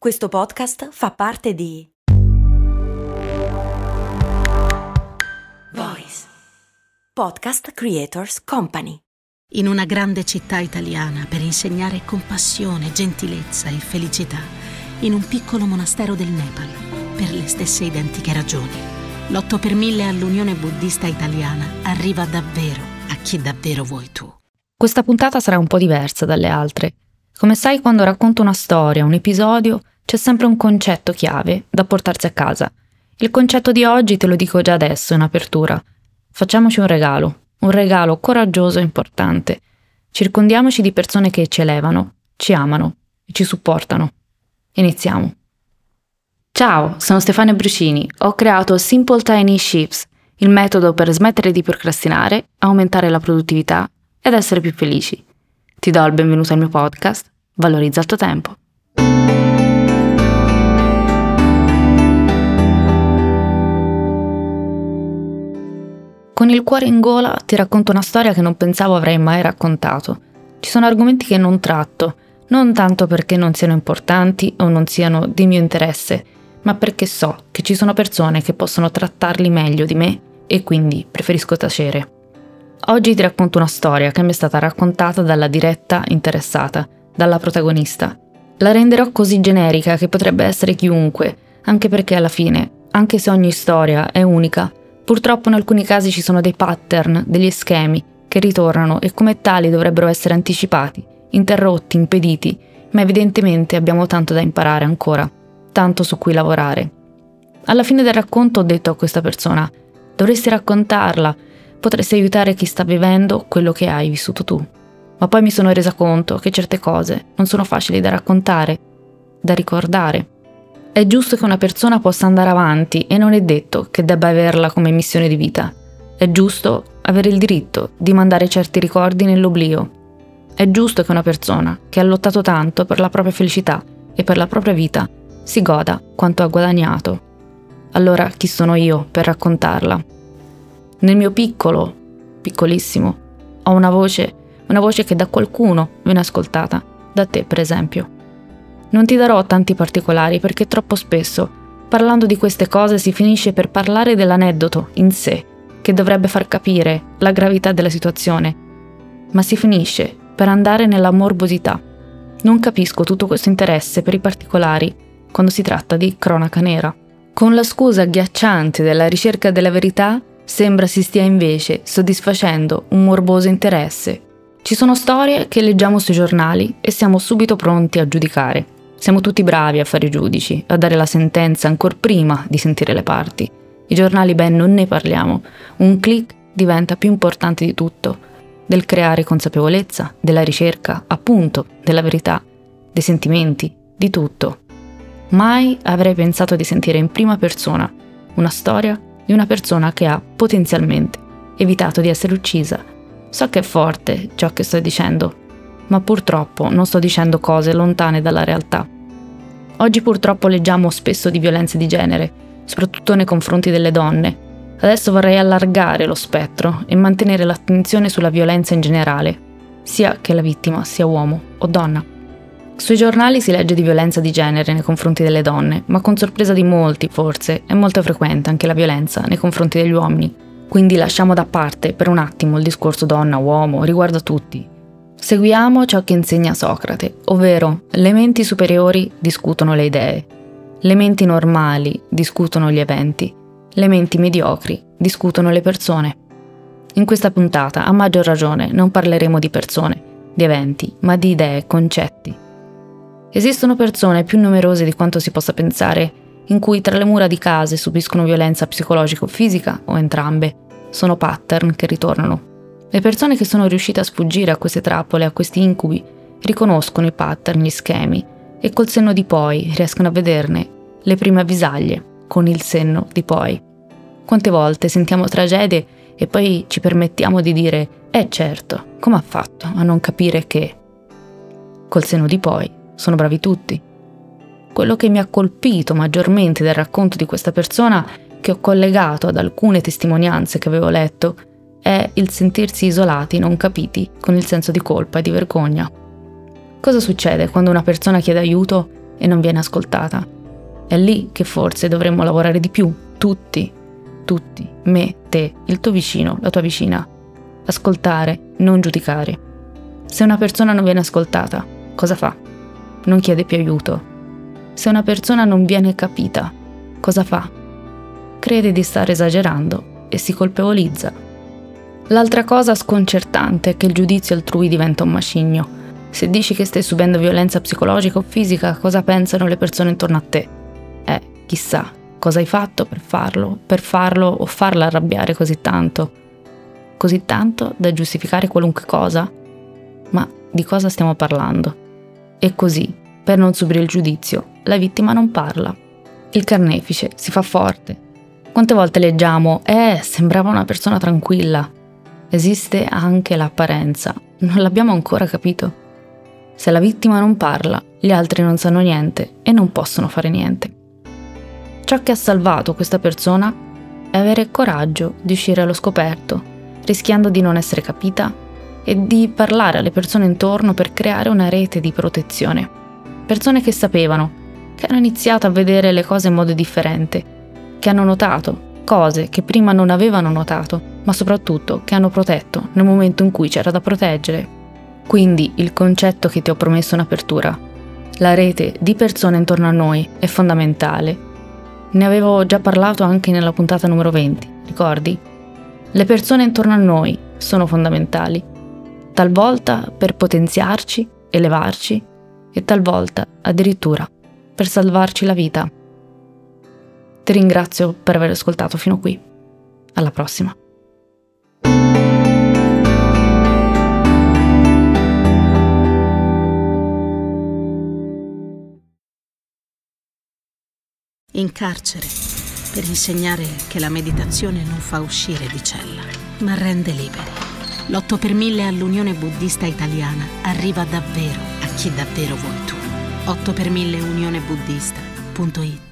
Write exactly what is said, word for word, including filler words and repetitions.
Questo podcast fa parte di Voice Podcast Creators Company. In una grande città italiana, per insegnare compassione, gentilezza e felicità, in un piccolo monastero del Nepal, per le stesse identiche ragioni, l'otto per mille all'Unione Buddista Italiana arriva davvero a chi davvero vuoi tu. Questa puntata sarà un po' diversa dalle altre. Come sai, quando racconto una storia, un episodio, c'è sempre un concetto chiave da portarsi a casa. Il concetto di oggi te lo dico già adesso in apertura. Facciamoci un regalo, un regalo coraggioso e importante. Circondiamoci di persone che ci elevano, ci amano e ci supportano. Iniziamo. Ciao, sono Stefania Brucini. Ho creato Simple Tiny Shifts, il metodo per smettere di procrastinare, aumentare la produttività ed essere più felici. Ti do il benvenuto al mio podcast, Valorizza il tuo tempo. Con il cuore in gola ti racconto una storia che non pensavo avrei mai raccontato. Ci sono argomenti che non tratto, non tanto perché non siano importanti o non siano di mio interesse, ma perché so che ci sono persone che possono trattarli meglio di me e quindi preferisco tacere. Oggi ti racconto una storia che mi è stata raccontata dalla diretta interessata, dalla protagonista. La renderò così generica che potrebbe essere chiunque, anche perché alla fine, anche se ogni storia è unica, purtroppo in alcuni casi ci sono dei pattern, degli schemi, che ritornano e come tali dovrebbero essere anticipati, interrotti, impediti, ma evidentemente abbiamo tanto da imparare ancora, tanto su cui lavorare. Alla fine del racconto ho detto a questa persona: dovresti raccontarla, potresti aiutare chi sta vivendo quello che hai vissuto tu. Ma poi mi sono resa conto che certe cose non sono facili da raccontare, da ricordare. È giusto che una persona possa andare avanti e non è detto che debba averla come missione di vita. È giusto avere il diritto di mandare certi ricordi nell'oblio. È giusto che una persona che ha lottato tanto per la propria felicità e per la propria vita si goda quanto ha guadagnato. Allora chi sono io per raccontarla? Nel mio piccolo, piccolissimo, ho una voce, una voce che da qualcuno viene ascoltata, da te per esempio. Non ti darò tanti particolari perché troppo spesso, parlando di queste cose, si finisce per parlare dell'aneddoto in sé, che dovrebbe far capire la gravità della situazione, ma si finisce per andare nella morbosità. Non capisco tutto questo interesse per i particolari quando si tratta di cronaca nera. Con la scusa agghiacciante della ricerca della verità, sembra si stia invece soddisfacendo un morboso interesse. Ci sono storie che leggiamo sui giornali e siamo subito pronti a giudicare. Siamo tutti bravi a fare i giudici, a dare la sentenza ancor prima di sentire le parti. I giornali, ben, non ne parliamo. Un click diventa più importante di tutto, del creare consapevolezza, della ricerca, appunto, della verità, dei sentimenti, di tutto. Mai avrei pensato di sentire in prima persona una storia di una persona che ha potenzialmente evitato di essere uccisa. So che è forte ciò che sto dicendo, ma purtroppo non sto dicendo cose lontane dalla realtà. Oggi purtroppo leggiamo spesso di violenze di genere, soprattutto nei confronti delle donne. Adesso vorrei allargare lo spettro e mantenere l'attenzione sulla violenza in generale, sia che la vittima sia uomo o donna. Sui giornali si legge di violenza di genere nei confronti delle donne, ma con sorpresa di molti, forse, è molto frequente anche la violenza nei confronti degli uomini. Quindi lasciamo da parte per un attimo il discorso donna-uomo, riguarda tutti. Seguiamo ciò che insegna Socrate, ovvero le menti superiori discutono le idee, le menti normali discutono gli eventi, le menti mediocri discutono le persone. In questa puntata, a maggior ragione, non parleremo di persone, di eventi, ma di idee e concetti. Esistono persone più numerose di quanto si possa pensare, in cui tra le mura di case subiscono violenza psicologica o fisica, o entrambe. Sono pattern che ritornano. Le persone che sono riuscite a sfuggire a queste trappole, a questi incubi, riconoscono i pattern, gli schemi, e col senno di poi riescono a vederne le prime avvisaglie, con il senno di poi. Quante volte sentiamo tragedie e poi ci permettiamo di dire «Eh certo, come ha fatto a non capire che?» Col senno di poi sono bravi tutti. Quello che mi ha colpito maggiormente del racconto di questa persona, che ho collegato ad alcune testimonianze che avevo letto, è il sentirsi isolati, non capiti, con il senso di colpa e di vergogna. Cosa succede quando una persona chiede aiuto e non viene ascoltata. È lì che forse dovremmo lavorare di più, tutti, tutti, me, te, il tuo vicino, la tua vicina. Ascoltare, non giudicare. Se una persona non viene ascoltata, cosa fa? Non chiede più aiuto. Se una persona non viene capita, cosa fa? Crede di stare esagerando e si colpevolizza. L'altra cosa sconcertante è che il giudizio altrui diventa un macigno. Se dici che stai subendo violenza psicologica o fisica, cosa pensano le persone intorno a te? Eh, chissà, cosa hai fatto per farlo, per farlo o farla arrabbiare così tanto? Così tanto da giustificare qualunque cosa? Ma di cosa stiamo parlando? E così, per non subire il giudizio, la vittima non parla. Il carnefice si fa forte. Quante volte leggiamo, eh, sembrava una persona tranquilla. Esiste anche l'apparenza, non l'abbiamo ancora capito. Se la vittima non parla, gli altri non sanno niente e non possono fare niente. Ciò che ha salvato questa persona è avere coraggio di uscire allo scoperto, rischiando di non essere capita e di parlare alle persone intorno per creare una rete di protezione. Persone che sapevano, che hanno iniziato a vedere le cose in modo differente, che hanno notato cose che prima non avevano notato, ma soprattutto che hanno protetto nel momento in cui c'era da proteggere. Quindi il concetto che ti ho promesso in apertura, la rete di persone intorno a noi, è fondamentale. Ne avevo già parlato anche nella puntata numero venti, ricordi? Le persone intorno a noi sono fondamentali, talvolta per potenziarci, elevarci e talvolta addirittura per salvarci la vita. Ti ringrazio per aver ascoltato fino qui. Alla prossima. In carcere, per insegnare che la meditazione non fa uscire di cella, ma rende liberi. L'otto per mille all'Unione Buddista Italiana arriva davvero a chi davvero vuoi tu. otto per mille unione buddista punto it